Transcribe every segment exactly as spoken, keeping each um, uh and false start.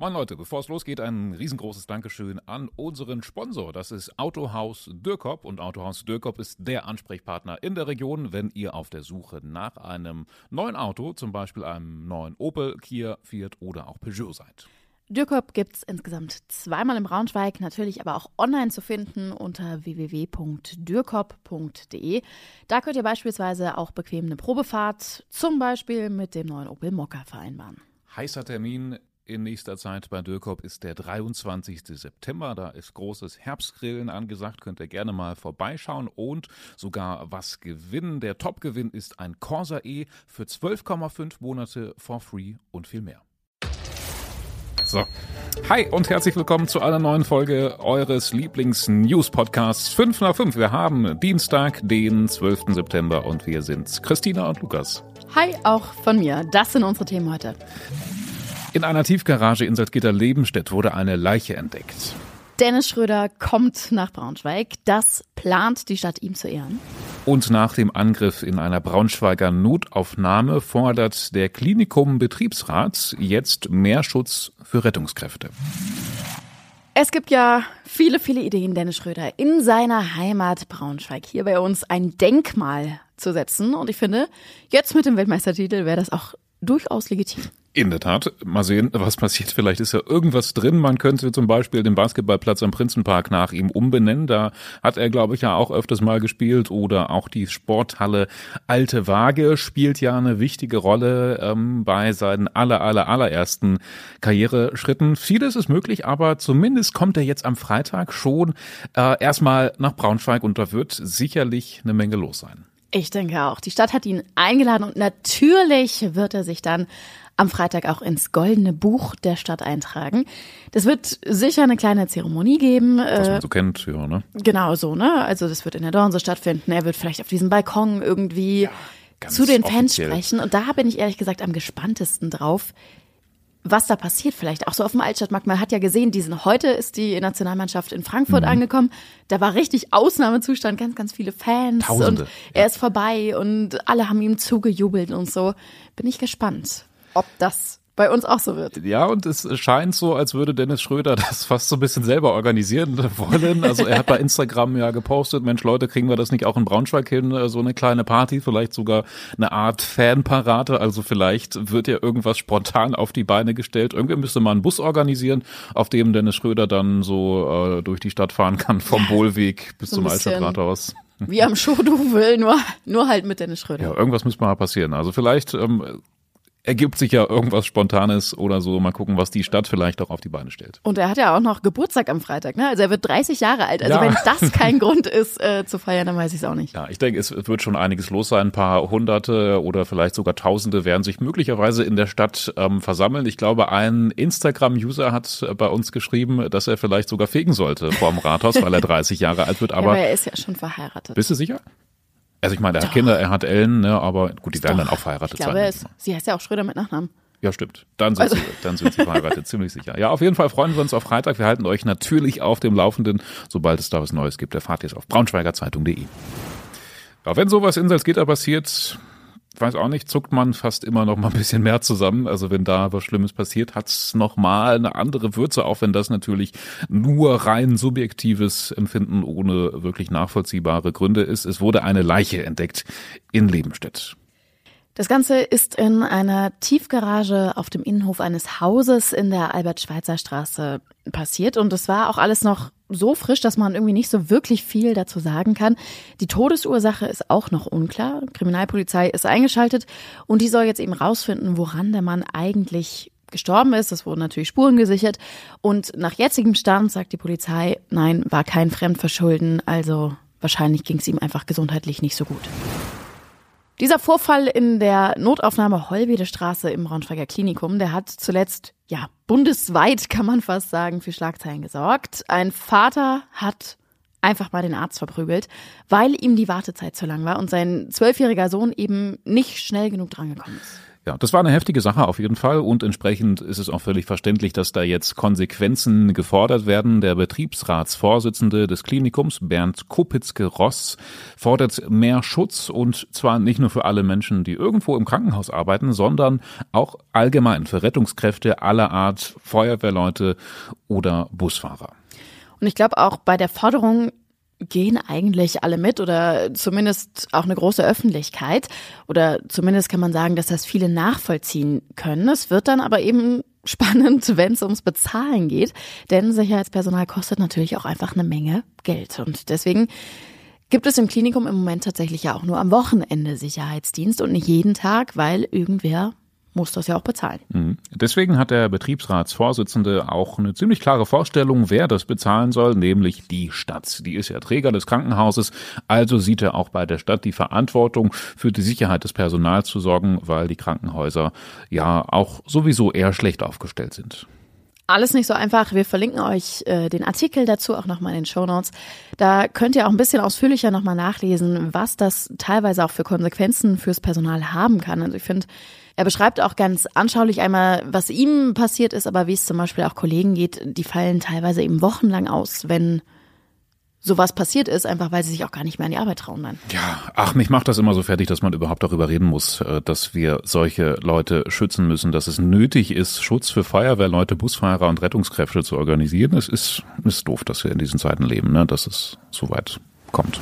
Moin Leute, bevor es losgeht, ein riesengroßes Dankeschön an unseren Sponsor. Das ist Autohaus Dürkop und Autohaus Dürkop ist der Ansprechpartner in der Region, wenn ihr auf der Suche nach einem neuen Auto, zum Beispiel einem neuen Opel, Kia, Fiat oder auch Peugeot seid. Dürkop gibt es insgesamt zweimal in Braunschweig, natürlich aber auch online zu finden unter w w w punkt dürkop punkt d e. Da könnt ihr beispielsweise auch bequem eine Probefahrt, zum Beispiel mit dem neuen Opel Mokka, vereinbaren. Heißer Termin in nächster Zeit bei Dürkop ist der dreiundzwanzigsten September. Da ist großes Herbstgrillen angesagt. Könnt ihr gerne mal vorbeischauen und sogar was gewinnen. Der Topgewinn ist ein Corsa E für zwölf Komma fünf Monate for free und viel mehr. So. Hi und herzlich willkommen zu einer neuen Folge eures Lieblings-News-Podcasts fünf nach fünf. Wir haben Dienstag, den zwölften September und wir sind Christina und Lukas. Hi, auch von mir. Das sind unsere Themen heute. In einer Tiefgarage in Salzgitter-Lebenstedt wurde eine Leiche entdeckt. Dennis Schröder kommt nach Braunschweig. Das plant die Stadt ihm zu ehren. Und nach dem Angriff in einer Braunschweiger Notaufnahme fordert der Klinikum-Betriebsrat jetzt mehr Schutz für Rettungskräfte. Es gibt ja viele, viele Ideen, Dennis Schröder in seiner Heimat Braunschweig hier bei uns ein Denkmal zu setzen. Und ich finde, jetzt mit dem Weltmeistertitel wäre das auch durchaus legitim. In der Tat. Mal sehen, was passiert. Vielleicht ist ja irgendwas drin. Man könnte zum Beispiel den Basketballplatz am Prinzenpark nach ihm umbenennen. Da hat er, glaube ich, ja auch öfters mal gespielt. Oder auch die Sporthalle Alte Waage spielt ja eine wichtige Rolle ähm, bei seinen aller, aller, allerersten Karriereschritten. Vieles ist möglich, aber zumindest kommt er jetzt am Freitag schon äh, erstmal nach Braunschweig und da wird sicherlich eine Menge los sein. Ich denke auch. Die Stadt hat ihn eingeladen und natürlich wird er sich dann am Freitag auch ins Goldene Buch der Stadt eintragen. Das wird sicher eine kleine Zeremonie geben. Was man so kennt, ja, ne? Genau so, ne? Also das wird in der Dornse stattfinden. Er wird vielleicht auf diesem Balkon irgendwie ja, zu den Fans offiziell sprechen. Und da bin ich ehrlich gesagt am gespanntesten drauf, was da passiert vielleicht. Auch so auf dem Altstadtmarkt. Man hat ja gesehen, diesen, heute ist die Nationalmannschaft in Frankfurt mhm. angekommen. Da war richtig Ausnahmezustand, ganz, ganz viele Fans. Tausende. Und er ja. ist vorbei und alle haben ihm zugejubelt und so. Bin ich gespannt, ob das bei uns auch so wird. Ja, und es scheint so, als würde Dennis Schröder das fast so ein bisschen selber organisieren wollen. Also er hat bei Instagram ja gepostet, Mensch Leute, kriegen wir das nicht auch in Braunschweig hin? So eine kleine Party, vielleicht sogar eine Art Fanparade. Also vielleicht wird ja irgendwas spontan auf die Beine gestellt. Irgendwie müsste man einen Bus organisieren, auf dem Dennis Schröder dann so äh, durch die Stadt fahren kann, vom Bohlweg bis so zum Altstadtrathaus. Wie am Show-Double, nur, nur halt mit Dennis Schröder. Ja, irgendwas müsste mal passieren. Also vielleicht ähm, ergibt sich ja irgendwas Spontanes oder so. Mal gucken, was die Stadt vielleicht auch auf die Beine stellt. Und er hat ja auch noch Geburtstag am Freitag, ne? Also er wird dreißig Jahre alt. Also ja. Wenn das kein Grund ist, äh, zu feiern, dann weiß ich es auch nicht. Ja, ich denke, es wird schon einiges los sein. Ein paar Hunderte oder vielleicht sogar Tausende werden sich möglicherweise in der Stadt ähm, versammeln. Ich glaube, ein Instagram-User hat bei uns geschrieben, dass er vielleicht sogar fegen sollte vorm Rathaus, weil er dreißig Jahre alt wird. Aber, ja, aber er ist ja schon verheiratet. Bist du sicher? Also ich meine, er hat Kinder, er hat Ellen, ne, aber gut, die werden dann auch verheiratet sein. Ich glaube, sein. er ist, sie heißt ja auch Schröder mit Nachnamen. Ja, stimmt. Dann sind, also. sie, dann sind sie verheiratet, ziemlich sicher. Ja, auf jeden Fall freuen wir uns auf Freitag. Wir halten euch natürlich auf dem Laufenden. Sobald es da was Neues gibt, erfahrt ihr es auf braunschweigerzeitung punkt de. Ja, wenn sowas in Salzgitter passiert, weiß auch nicht, zuckt man fast immer noch mal ein bisschen mehr zusammen. Also wenn da was Schlimmes passiert, hat's noch mal eine andere Würze, auch wenn das natürlich nur rein subjektives Empfinden ohne wirklich nachvollziehbare Gründe ist. Es wurde eine Leiche entdeckt in Lebenstedt. Das Ganze ist in einer Tiefgarage auf dem Innenhof eines Hauses in der Albert-Schweitzer-Straße passiert. Und es war auch alles noch so frisch, dass man irgendwie nicht so wirklich viel dazu sagen kann. Die Todesursache ist auch noch unklar. Kriminalpolizei ist eingeschaltet und die soll jetzt eben rausfinden, woran der Mann eigentlich gestorben ist. Es wurden natürlich Spuren gesichert. Und nach jetzigem Stand sagt die Polizei, nein, war kein Fremdverschulden. Also wahrscheinlich ging es ihm einfach gesundheitlich nicht so gut. Dieser Vorfall in der Notaufnahme Hollwedestraße im Braunschweiger Klinikum, der hat zuletzt, ja, bundesweit kann man fast sagen, für Schlagzeilen gesorgt. Ein Vater hat einfach mal den Arzt verprügelt, weil ihm die Wartezeit zu lang war und sein zwölfjähriger Sohn eben nicht schnell genug drangekommen ist. Ja, das war eine heftige Sache auf jeden Fall und entsprechend ist es auch völlig verständlich, dass da jetzt Konsequenzen gefordert werden. Der Betriebsratsvorsitzende des Klinikums, Bernd Kopitzke-Ross, fordert mehr Schutz und zwar nicht nur für alle Menschen, die irgendwo im Krankenhaus arbeiten, sondern auch allgemein für Rettungskräfte aller Art, Feuerwehrleute oder Busfahrer. Und ich glaube auch bei der Forderung gehen eigentlich alle mit oder zumindest auch eine große Öffentlichkeit oder zumindest kann man sagen, dass das viele nachvollziehen können. Es wird dann aber eben spannend, wenn es ums Bezahlen geht, denn Sicherheitspersonal kostet natürlich auch einfach eine Menge Geld und deswegen gibt es im Klinikum im Moment tatsächlich ja auch nur am Wochenende Sicherheitsdienst und nicht jeden Tag, weil irgendwer muss das ja auch bezahlen. Deswegen hat der Betriebsratsvorsitzende auch eine ziemlich klare Vorstellung, wer das bezahlen soll, nämlich die Stadt. Die ist ja Träger des Krankenhauses, also sieht er auch bei der Stadt die Verantwortung, für die Sicherheit des Personals zu sorgen, weil die Krankenhäuser ja auch sowieso eher schlecht aufgestellt sind. Alles nicht so einfach. Wir verlinken euch äh, den Artikel dazu auch nochmal in den Shownotes. Da könnt ihr auch ein bisschen ausführlicher nochmal nachlesen, was das teilweise auch für Konsequenzen fürs Personal haben kann. Also ich finde, er beschreibt auch ganz anschaulich einmal, was ihm passiert ist, aber wie es zum Beispiel auch Kollegen geht, die fallen teilweise eben wochenlang aus, wenn sowas passiert ist, einfach weil sie sich auch gar nicht mehr an die Arbeit trauen dann. Ja, ach, mich macht das immer so fertig, dass man überhaupt darüber reden muss, dass wir solche Leute schützen müssen, dass es nötig ist, Schutz für Feuerwehrleute, Busfahrer und Rettungskräfte zu organisieren. Es ist, ist doof, dass wir in diesen Zeiten leben, ne, dass es so weit kommt.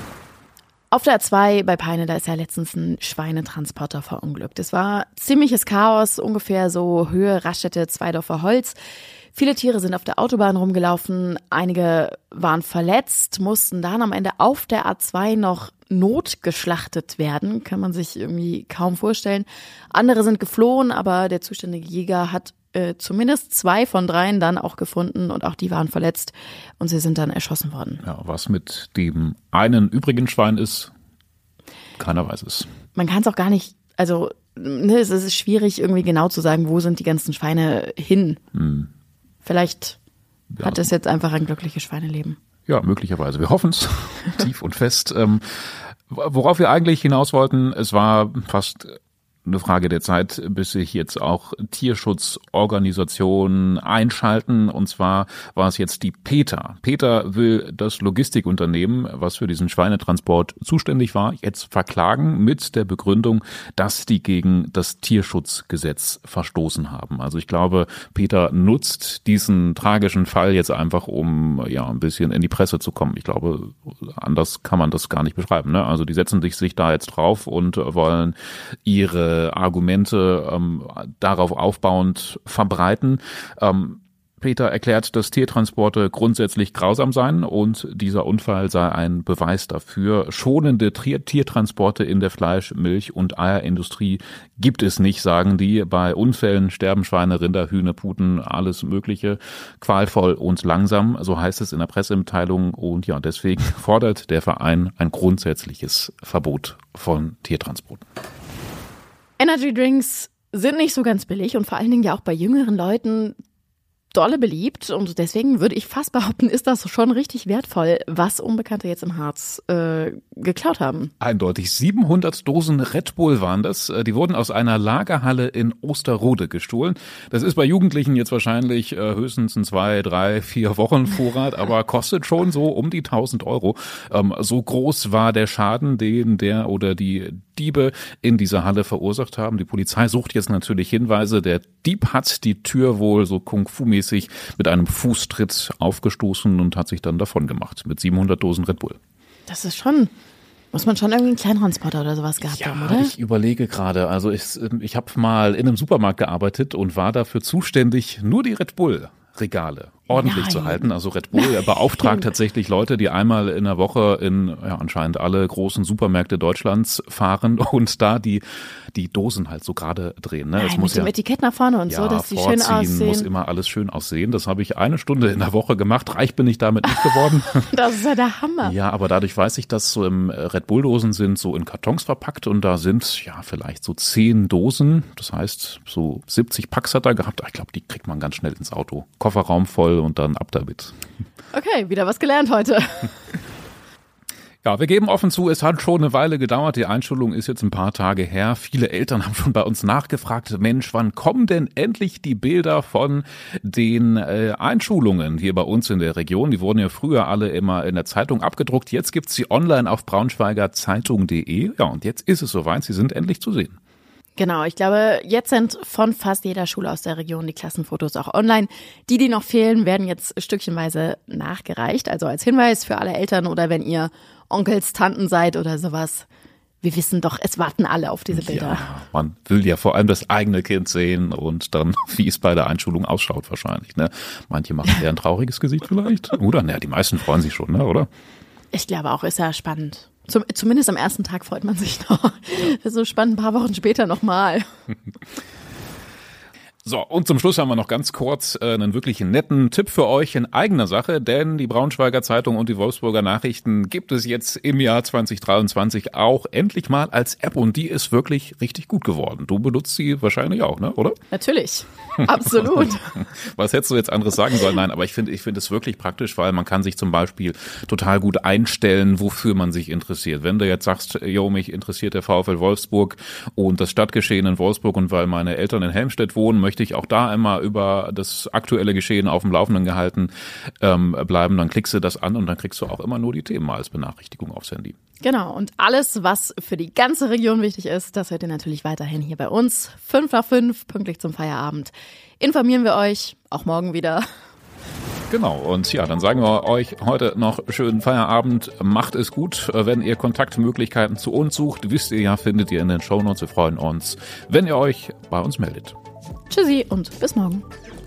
Auf der A zwei bei Peine, da ist ja letztens ein Schweinetransporter verunglückt. Es war ziemliches Chaos, ungefähr so Höhe Raststätte Zweidorfer Holz. Viele Tiere sind auf der Autobahn rumgelaufen, einige waren verletzt, mussten dann am Ende auf der A zwei noch notgeschlachtet werden, kann man sich irgendwie kaum vorstellen. Andere sind geflohen, aber der zuständige Jäger hat äh, zumindest zwei von dreien dann auch gefunden und auch die waren verletzt und sie sind dann erschossen worden. Ja, was mit dem einen übrigen Schwein ist, keiner weiß es. Man kann es auch gar nicht, also ne, es ist schwierig irgendwie genau zu sagen, wo sind die ganzen Schweine hin. Hm. Vielleicht ja. hat es jetzt einfach ein glückliches Schweineleben. Ja, möglicherweise. Wir hoffen es tief und fest. Ähm, worauf wir eigentlich hinaus wollten, es war fast eine Frage der Zeit, bis sich jetzt auch Tierschutzorganisationen einschalten. Und zwar war es jetzt die PETA. PETA will das Logistikunternehmen, was für diesen Schweinetransport zuständig war, jetzt verklagen mit der Begründung, dass die gegen das Tierschutzgesetz verstoßen haben. Also ich glaube, PETA nutzt diesen tragischen Fall jetzt einfach, um ja ein bisschen in die Presse zu kommen. Ich glaube, anders kann man das gar nicht beschreiben, ne? Also die setzen sich da jetzt drauf und wollen ihre Argumente ähm, darauf aufbauend verbreiten. Ähm, PETA erklärt, dass Tiertransporte grundsätzlich grausam seien und dieser Unfall sei ein Beweis dafür. Schonende Tiertransporte in der Fleisch-, Milch- und Eierindustrie gibt es nicht, sagen die. Bei Unfällen sterben Schweine, Rinder, Hühner, Puten, alles Mögliche, qualvoll und langsam, so heißt es in der Pressemitteilung. Und ja, deswegen fordert der Verein ein grundsätzliches Verbot von Tiertransporten. Energy Drinks sind nicht so ganz billig und vor allen Dingen ja auch bei jüngeren Leuten dolle beliebt und deswegen würde ich fast behaupten, ist das schon richtig wertvoll, was Unbekannte jetzt im Harz äh, geklaut haben. Eindeutig. siebenhundert Dosen Red Bull waren das. Die wurden aus einer Lagerhalle in Osterrode gestohlen. Das ist bei Jugendlichen jetzt wahrscheinlich äh, höchstens ein zwei, drei, vier Wochen Vorrat, aber kostet schon so um die tausend Euro. Ähm, so groß war der Schaden, den der oder die Diebe in dieser Halle verursacht haben. Die Polizei sucht jetzt natürlich Hinweise. Der Dieb hat die Tür wohl so Kung-Fu-mäßig mit einem Fußtritt aufgestoßen und hat sich dann davon gemacht mit siebenhundert Dosen Red Bull. Das ist schon, muss man schon irgendwie einen Kleintransporter oder sowas gehabt ja, haben, oder? Ich überlege gerade, also ich, ich habe mal in einem Supermarkt gearbeitet und war dafür zuständig, nur die Red Bull Regale ordentlich Nein. zu halten. Also Red Bull Nein. beauftragt tatsächlich Leute, die einmal in der Woche in ja, anscheinend alle großen Supermärkte Deutschlands fahren und da die die Dosen halt so gerade drehen. Ne? Nein, es muss mit dem ja, Etikett nach vorne und ja, so, dass die vorziehen, schön aussehen. Muss immer alles schön aussehen. Das habe ich eine Stunde in der Woche gemacht. Reich bin ich damit nicht geworden. Das ist ja der Hammer. Ja, aber dadurch weiß ich, dass so im Red Bull Dosen sind so in Kartons verpackt und da sind ja vielleicht so zehn Dosen. Das heißt, so siebzig Packs hat er gehabt. Ich glaube, die kriegt man ganz schnell ins Auto. Kofferraum voll und dann ab damit. Okay, wieder was gelernt heute. Ja, wir geben offen zu, es hat schon eine Weile gedauert. Die Einschulung ist jetzt ein paar Tage her. Viele Eltern haben schon bei uns nachgefragt, Mensch, wann kommen denn endlich die Bilder von den äh, Einschulungen hier bei uns in der Region? Die wurden ja früher alle immer in der Zeitung abgedruckt. Jetzt gibt's sie online auf braunschweiger zeitung punkt de. Ja, und jetzt ist es soweit. Sie sind endlich zu sehen. Genau, ich glaube, jetzt sind von fast jeder Schule aus der Region die Klassenfotos auch online. Die, die noch fehlen, werden jetzt stückchenweise nachgereicht. Also als Hinweis für alle Eltern oder wenn ihr Onkels, Tanten seid oder sowas. Wir wissen doch, es warten alle auf diese Bilder. Ja, man will ja vor allem das eigene Kind sehen und dann, wie es bei der Einschulung ausschaut wahrscheinlich. Ne? Manche machen eher ein trauriges Gesicht vielleicht. Oder? Naja, die meisten freuen sich schon, ne? Oder? Ich glaube auch, ist ja spannend. Zum, zumindest am ersten Tag freut man sich noch. Das ist so spannend, ein paar Wochen später nochmal. So, und zum Schluss haben wir noch ganz kurz äh, einen wirklich netten Tipp für euch in eigener Sache, denn die Braunschweiger Zeitung und die Wolfsburger Nachrichten gibt es jetzt im Jahr zwanzig dreiundzwanzig auch endlich mal als App und die ist wirklich richtig gut geworden. Du benutzt sie wahrscheinlich auch, ne? Oder? Natürlich, absolut. Was hättest du jetzt anderes sagen sollen? Nein, aber ich finde ich finde es wirklich praktisch, weil man kann sich zum Beispiel total gut einstellen, wofür man sich interessiert. Wenn du jetzt sagst, jo, mich interessiert der VfL Wolfsburg und das Stadtgeschehen in Wolfsburg und weil meine Eltern in Helmstedt wohnen, möchte ich auch da immer über das aktuelle Geschehen auf dem Laufenden gehalten ähm, bleiben, dann klickst du das an und dann kriegst du auch immer nur die Themen als Benachrichtigung aufs Handy. Genau, und alles, was für die ganze Region wichtig ist, das hört ihr natürlich weiterhin hier bei uns. Fünf nach fünf, pünktlich zum Feierabend. Informieren wir euch, auch morgen wieder. Genau, und ja, dann sagen wir euch heute noch schönen Feierabend. Macht es gut. Wenn ihr Kontaktmöglichkeiten zu uns sucht, wisst ihr ja, findet ihr in den Shownotes. Wir freuen uns, wenn ihr euch bei uns meldet. Tschüssi und bis morgen.